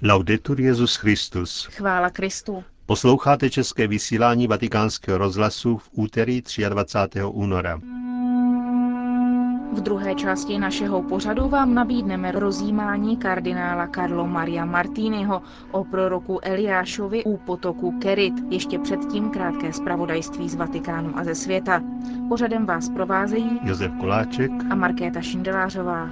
Laudetur Jesus Christus. Chvála Kristu. Posloucháte české vysílání Vatikánského rozhlasu v úterý 23. února. V druhé části našeho pořadu vám nabídneme rozjímání kardinála Carlo Maria Martiniho o proroku Eliášovi u potoku Kerit. Ještě předtím krátké zpravodajství z Vatikánu a ze světa. Pořadem vás provázejí Josef Koláček a Markéta Šindelářová.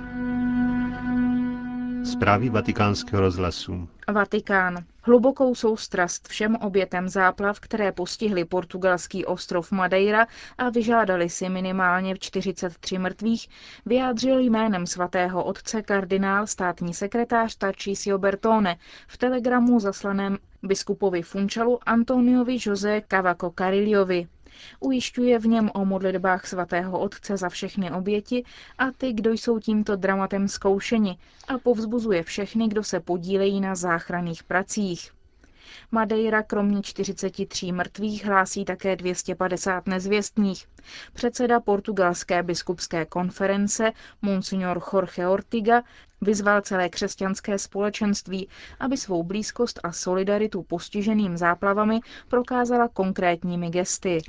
Zprávy Vatikánského rozhlasu. Vatikán. Hlubokou soustrast všem obětem záplav, které postihly portugalský ostrov Madeira a vyžádali si minimálně 43 mrtvých, vyjádřil jménem svatého otce kardinál státní sekretář Tarcísio Bertone v telegramu zaslaném biskupovi Funchalu Antoniovi José Cavaco Carillovi. Ujišťuje v něm o modlitbách svatého otce za všechny oběti a ty, kdo jsou tímto dramatem zkoušeni, a povzbuzuje všechny, kdo se podílejí na záchranných pracích. Madeira kromě 43 mrtvých hlásí také 250 nezvěstných. Předseda portugalské biskupské konference Monsignor Jorge Ortiga vyzval celé křesťanské společenství, aby svou blízkost a solidaritu postiženým záplavami prokázala konkrétními gesty.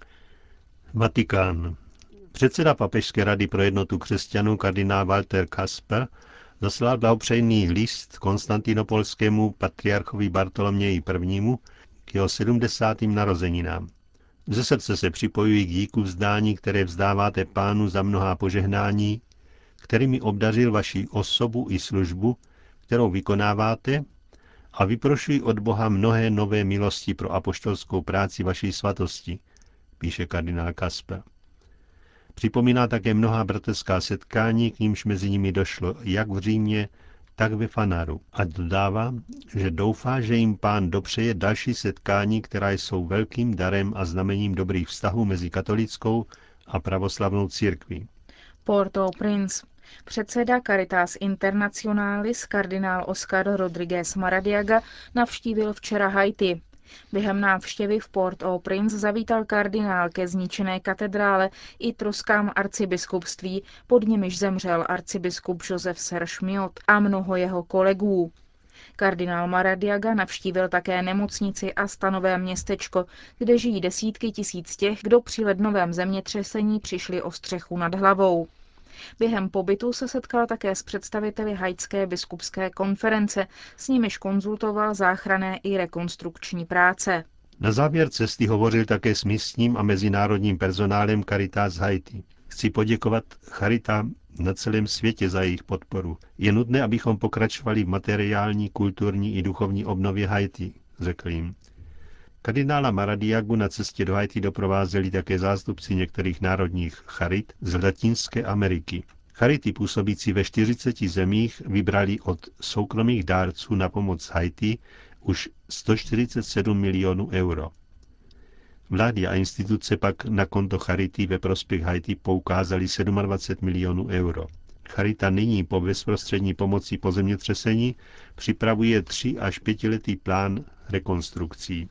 Vatikán. Předseda Papežské rady pro jednotu křesťanů kardinál Walter Kasper zaslal blahopřejný list konstantinopolskému patriarchovi Bartoloměji I. k jeho 70. narozeninám. Ze srdce se připojuji k díku vzdání, které vzdáváte Pánu za mnohá požehnání, kterými obdařil vaši osobu i službu, kterou vykonáváte, a vyprošuji od Boha mnohé nové milosti pro apoštolskou práci vaší svatosti, píše kardinál Kasper. Připomíná také mnohá bratrská setkání, k nímž mezi nimi došlo jak v Římě, tak ve Fanaru. A dodává, že doufá, že jim Pán dopřeje další setkání, která jsou velkým darem a znamením dobrých vztahů mezi katolickou a pravoslavnou církví. Port-au-Prince. Předseda Caritas Internationalis kardinál Oscar Rodriguez Maradiaga navštívil včera Haiti. Během návštěvy v Port-au-Prince zavítal kardinál ke zničené katedrále i troskám arcibiskupství, pod nimiž zemřel arcibiskup Joseph Serge Miot a mnoho jeho kolegů. Kardinál Maradiaga navštívil také nemocnici a stanové městečko, kde žijí desítky tisíc těch, kdo při lednovém zemětřesení přišli o střechu nad hlavou. Během pobytu se setkal také s představiteli haitské biskupské konference, s nimiž konzultoval záchranné i rekonstrukční práce. Na závěr cesty hovořil také s místním a mezinárodním personálem Caritas Haiti. Chci poděkovat charitám na celém světě za jejich podporu. Je nutné, abychom pokračovali v materiální, kulturní i duchovní obnově Haiti, řekl jim. Kardinála Maradiagu na cestě do Haiti doprovázeli také zástupci některých národních charit z Latinské Ameriky. Charity působící ve 40 zemích vybrali od soukromých dárců na pomoc Haiti už 147 milionů euro. Vlády a instituce pak na konto Charity ve prospěch Haiti poukázali 27 milionů euro. Charita nyní po bezprostřední pomoci po zemětřesení připravuje 3 až 5letý plán rekonstrukcí.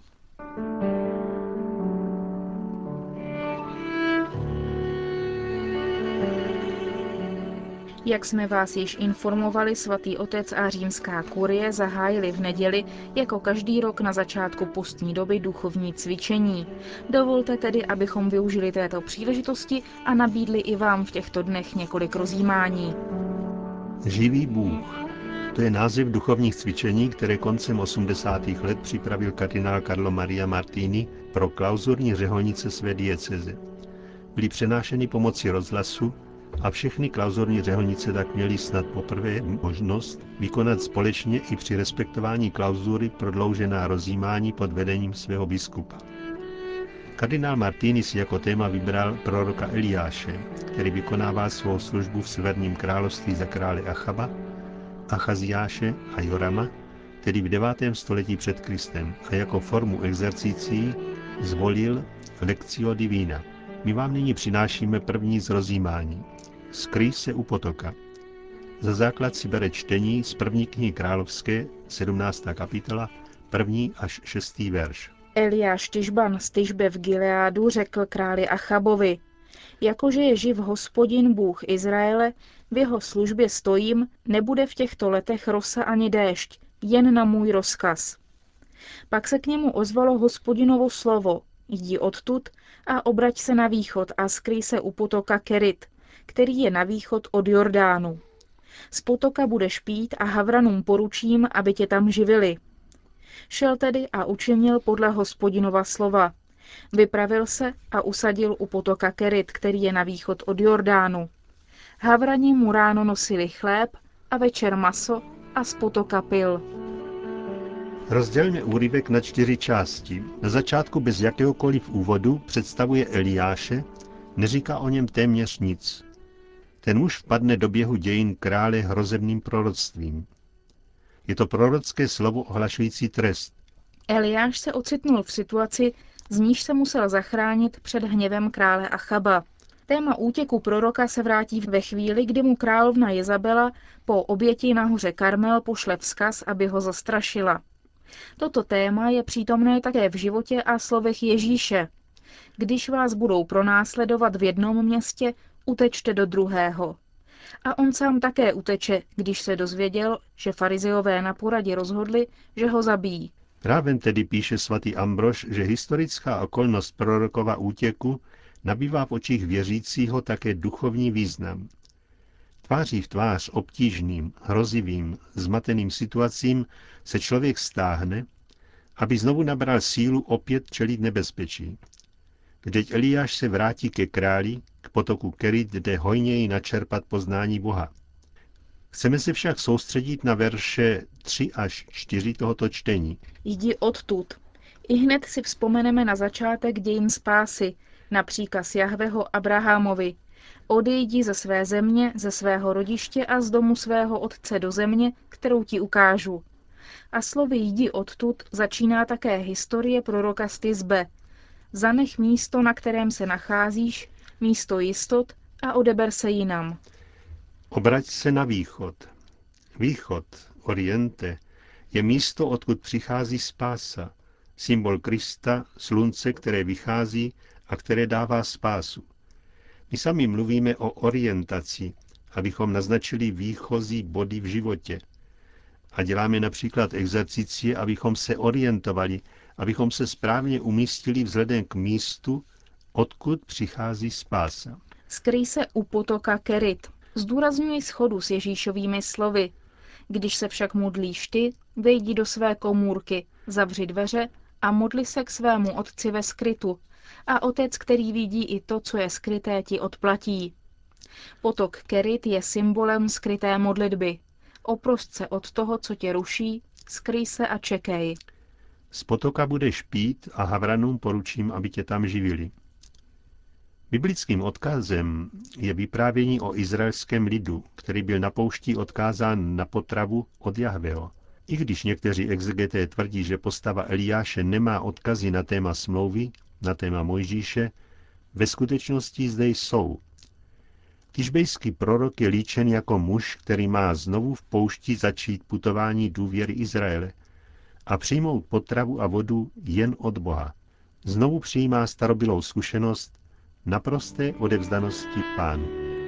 Jak jsme vás již informovali, svatý otec a římská kurie zahájili v neděli jako každý rok na začátku postní doby duchovní cvičení. Dovolte tedy, abychom využili této příležitosti a nabídli i vám v těchto dnech několik rozjímání. Živý Bůh. To je název duchovních cvičení, které koncem 80. let připravil kardinál Carlo Maria Martini pro klauzurní řeholnice své dieceze. Byly přenášeny pomocí rozhlasu a všechny klauzurní řeholnice tak měly snad poprvé možnost vykonat společně i při respektování klauzury prodloužená rozjímání pod vedením svého biskupa. Kardinál Martini si jako téma vybral proroka Eliáše, který vykonává svou službu v severním království za krále Achaba, Achaziáše a Jorama, tedy v 9. století před Kristem, a jako formu exercicí zvolil Lectio Divina. My vám nyní přinášíme první z rozjímání. Skryj se u potoka. Za základ si bere čtení z první knihy královské, 17. kapitola, 1. až 6. verš. Eliáš Tišban z Tišbe v Gileádu řekl králi Achabovi: Jakože je živ Hospodin Bůh Izraele, v jeho službě stojím, nebude v těchto letech rosa ani déšť, jen na můj rozkaz. Pak se k němu ozvalo Hospodinovo slovo, jdi odtud a obrať se na východ a skryj se u potoka Kerit, který je na východ od Jordánu. Z potoka budeš pít a havranům poručím, aby tě tam živili. Šel tedy a učinil podle Hospodinova slova. Vypravil se a usadil u potoka Kerit, který je na východ od Jordánu. Havrani mu ráno nosili chléb a večer maso a z potoka pil. Rozdělme úryvek na 4 části. Na začátku bez jakéhokoliv úvodu představuje Eliáše, neříká o něm téměř nic. Ten muž vpadne do běhu dějin krále hrozebným proroctvím. Je to prorocké slovo ohlašující trest. Eliáš se ocitnul v situaci, z níž se musel zachránit před hněvem krále Achaba. Téma útěku proroka se vrátí ve chvíli, kdy mu královna Jezabela po oběti na hoře Karmel pošle vzkaz, aby ho zastrašila. Toto téma je přítomné také v životě a slovech Ježíše. Když vás budou pronásledovat v jednom městě, utečte do druhého. A on sám také uteče, když se dozvěděl, že farizeové na poradě rozhodli, že ho zabijí. Právě tedy píše svatý Ambrož, že historická okolnost prorokova útěku nabývá v očích věřícího také duchovní význam. Tváří v tvář obtížným, hrozivým, zmateným situacím se člověk stáhne, aby znovu nabral sílu opět čelit nebezpečí. Vždyť Eliáš se vrátí ke králi, k potoku Kerit, jde hojněji načerpat poznání Boha. Chceme se však soustředit na verše 3 až 4 tohoto čtení. Jdi odtud. Ihned si vzpomeneme na začátek dějin spásy, na příkaz Jahveho Abrahamovi. Odejdi ze své země, ze svého rodiště a z domu svého otce do země, kterou ti ukážu. A slovy jdi odtud začíná také historie proroka z Tisbe. Zanech místo, na kterém se nacházíš, místo jistot a odeber se jinam. Obrať se na východ. Východ, oriente, je místo, odkud přichází spása, symbol Krista, slunce, které vychází a které dává spásu. My sami mluvíme o orientaci, abychom naznačili výchozí body v životě. A děláme například exercicie, abychom se orientovali, abychom se správně umístili vzhledem k místu, odkud přichází spása. Skryj se u potoka Kerit. Zdůrazňuji shodu s Ježíšovými slovy. Když se však modlíš ty, vejdi do své komůrky, zavři dveře a modli se k svému otci ve skrytu. A otec, který vidí i to, co je skryté, ti odplatí. Potok Kerit je symbolem skryté modlitby. Oprost se od toho, co tě ruší, skryj se a čekej. Z potoka budeš pít a havranům poručím, aby tě tam živili. Biblickým odkazem je vyprávění o izraelském lidu, který byl na poušti odkázán na potravu od Jahveho. I když někteří exegeté tvrdí, že postava Eliáše nemá odkazy na téma smlouvy, na téma Mojžíše, ve skutečnosti zde jsou. Tišbejský prorok je líčen jako muž, který má znovu v poušti začít putování důvěry Izraele a přijmout potravu a vodu jen od Boha. Znovu přijímá starobylou zkušenost naprosté odevzdanosti Pánu.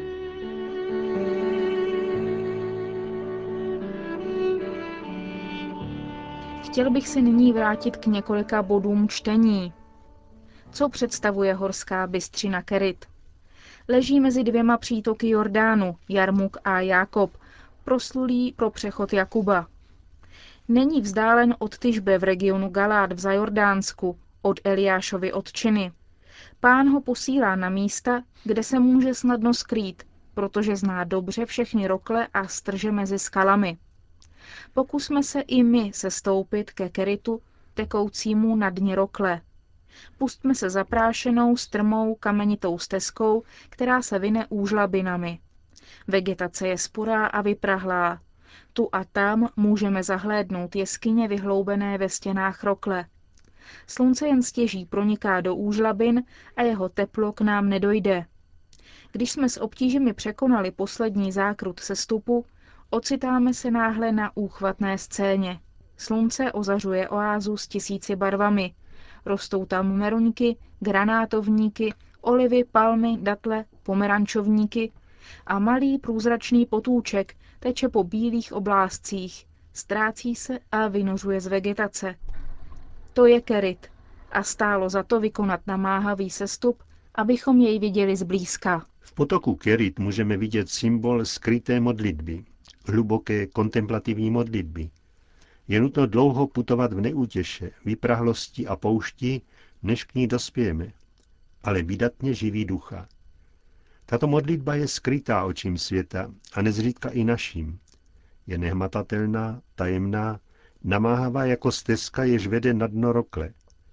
Chtěl bych se nyní vrátit k několika bodům čtení. Co představuje horská bystřina Kerit? Leží mezi dvěma přítoky Jordánu, Jarmuk a Jákob, proslulý pro přechod Jakuba. Není vzdálen od Tišbe v regionu Galát v Zajordánsku, od Eliášovy otčiny. Pán ho posílá na místa, kde se může snadno skrýt, protože zná dobře všechny rokle a strže mezi skalami. Pokusme se i my sestoupit ke Keritu, tekoucímu na dně rokle. Pustme se zaprášenou, strmou, kamenitou stezkou, která se vine úžlabinami. Vegetace je sporá a vyprahlá. Tu a tam můžeme zahlédnout jeskyně vyhloubené ve stěnách rokle. Slunce jen stěží proniká do úžlabin a jeho teplo k nám nedojde. Když jsme s obtížemi překonali poslední zákrut sestupu, ocitáme se náhle na úchvatné scéně. Slunce ozařuje oázu s 1000 barvami. Rostou tam meruňky, granátovníky, olivy, palmy, datle, pomerančovníky a malý průzračný potůček teče po bílých oblázcích. ztrácí se a vynořuje z vegetace. To je Kerit a stálo za to vykonat namáhavý sestup, abychom jej viděli zblízka. V potoku Kerit můžeme vidět symbol skryté modlitby, hluboké kontemplativní modlitby. Je nutno dlouho putovat v neútěše, vyprahlosti a poušti, než k ní dospějeme, ale vydatně živí ducha. Tato modlitba je skrytá očím světa a nezřídka i naším. Je nehmatatelná, tajemná, namáhavá jako stezka, jež vede na dno rokle.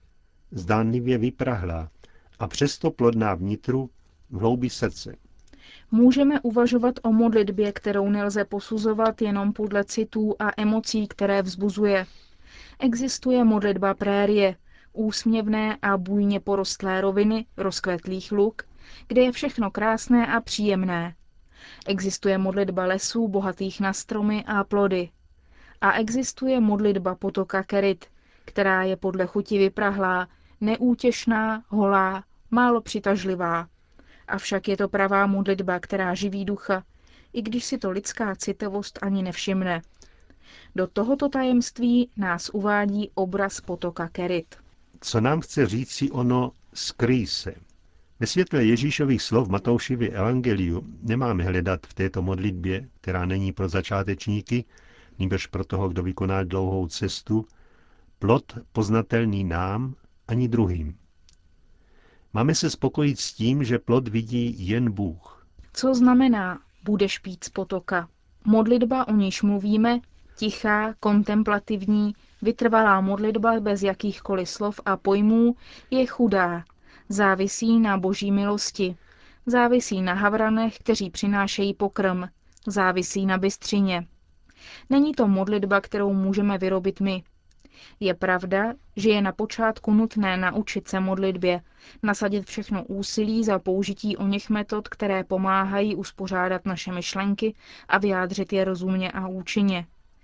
Zdánlivě vyprahlá a přesto plodná vnitru, v hloubi srdce. Můžeme uvažovat o modlitbě, kterou nelze posuzovat jenom podle citů a emocí, které vzbuzuje. Existuje modlitba prérie, úsměvné a bujně porostlé roviny, rozkvetlých luk, kde je všechno krásné a příjemné. Existuje modlitba lesů bohatých na stromy a plody. A existuje modlitba potoka Kerit, která je podle chuti vyprahlá, neútěšná, holá, málo přitažlivá. Avšak je to pravá modlitba, která živí ducha, i když si to lidská citlivost ani nevšimne. Do tohoto tajemství nás uvádí obraz potoka Kerit. Co nám chce říci ono skryj se? Ve světle Ježíšových slov Matoušově evangeliu nemáme hledat v této modlitbě, která není pro začátečníky, nýbrž pro toho, kdo vykoná dlouhou cestu, plod poznatelný nám ani druhým. Máme se spokojit s tím, že plod vidí jen Bůh. Co znamená budeš pít z potoka? Modlitba, o níž mluvíme, tichá, kontemplativní, vytrvalá modlitba bez jakýchkoliv slov a pojmů, je chudá, závisí na boží milosti, závisí na havranech, kteří přinášejí pokrm, závisí na bystřině. Není to modlitba, kterou můžeme vyrobit my. Je pravda, že je na počátku nutné naučit se modlitbě, nasadit všechno úsilí za použití oněch metod, které pomáhají uspořádat naše myšlenky a vyjádřit je rozumně a účinně.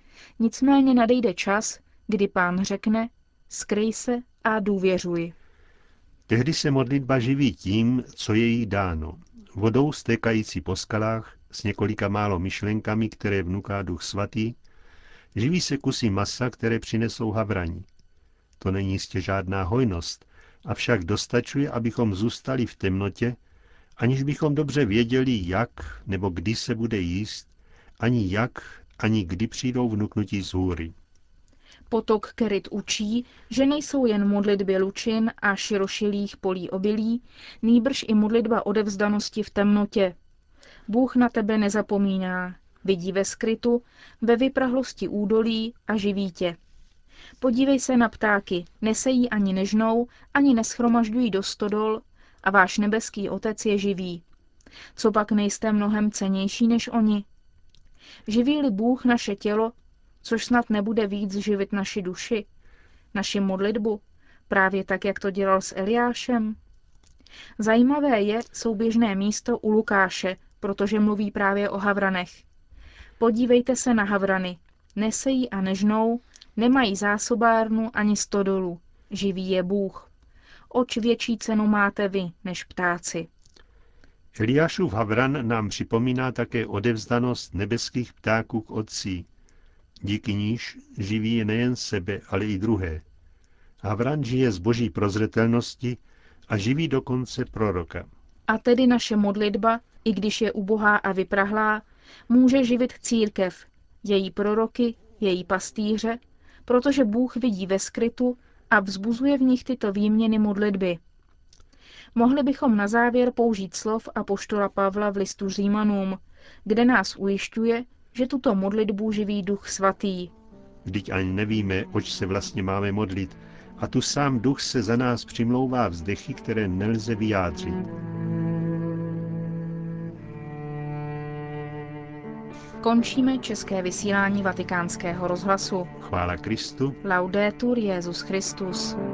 Nicméně nadejde čas, kdy Pán řekne, skryj se a důvěřuj. Tehdy se modlitba živí tím, co je jí dáno. Vodou stékající po skalách s několika málo myšlenkami, které vnuká Duch Svatý, živí se kusy masa, které přinesou havrani. To není jistě žádná hojnost, avšak dostačuje, abychom zůstali v temnotě, aniž bychom dobře věděli, jak nebo kdy se bude jíst, ani jak, ani kdy přijdou vnuknutí z hůry. Potok Kerit učí, že nejsou jen modlitby lučin a širošilých polí obilí, nýbrž i modlitba odevzdanosti v temnotě. Bůh na tebe nezapomíná, vidí ve skrytu, ve vyprahlosti údolí a živí tě. Podívej se na ptáky, nesejí ani nežnou, ani neschromažďují do stodol a váš nebeský Otec je živý. Co pak nejste mnohem cennější než oni? Živí-li Bůh naše tělo, což snad nebude víc živit naši duši, naši modlitbu, právě tak, jak to dělal s Eliášem? Zajímavé je souběžné místo u Lukáše, protože mluví právě o havranech. Podívejte se na havrany. Nesejí a nežnou, nemají zásobárnu ani stodolu. Živý je Bůh. Oč větší cenu máte vy, než ptáci. Eliášův havran nám připomíná také odevzdanost nebeských ptáků k Otci. Díky níž živí nejen sebe, ale i druhé. Havran žije z boží prozřetelnosti a živí dokonce proroka. A tedy naše modlitba, i když je ubohá a vyprahlá, může živit církev, její proroky, její pastýře, protože Bůh vidí ve skrytu a vzbuzuje v nich tyto výměny modlitby. Mohli bychom na závěr použít slov apoštola Pavla v listu Římanům, kde nás ujišťuje, že tuto modlitbu živí Duch Svatý. Vždyť ani nevíme, oč se vlastně máme modlit, a tu sám Duch se za nás přimlouvá vzdechy, které nelze vyjádřit. Končíme české vysílání Vatikánského rozhlasu. Chvála Kristu. Laudetur Jesus Christus.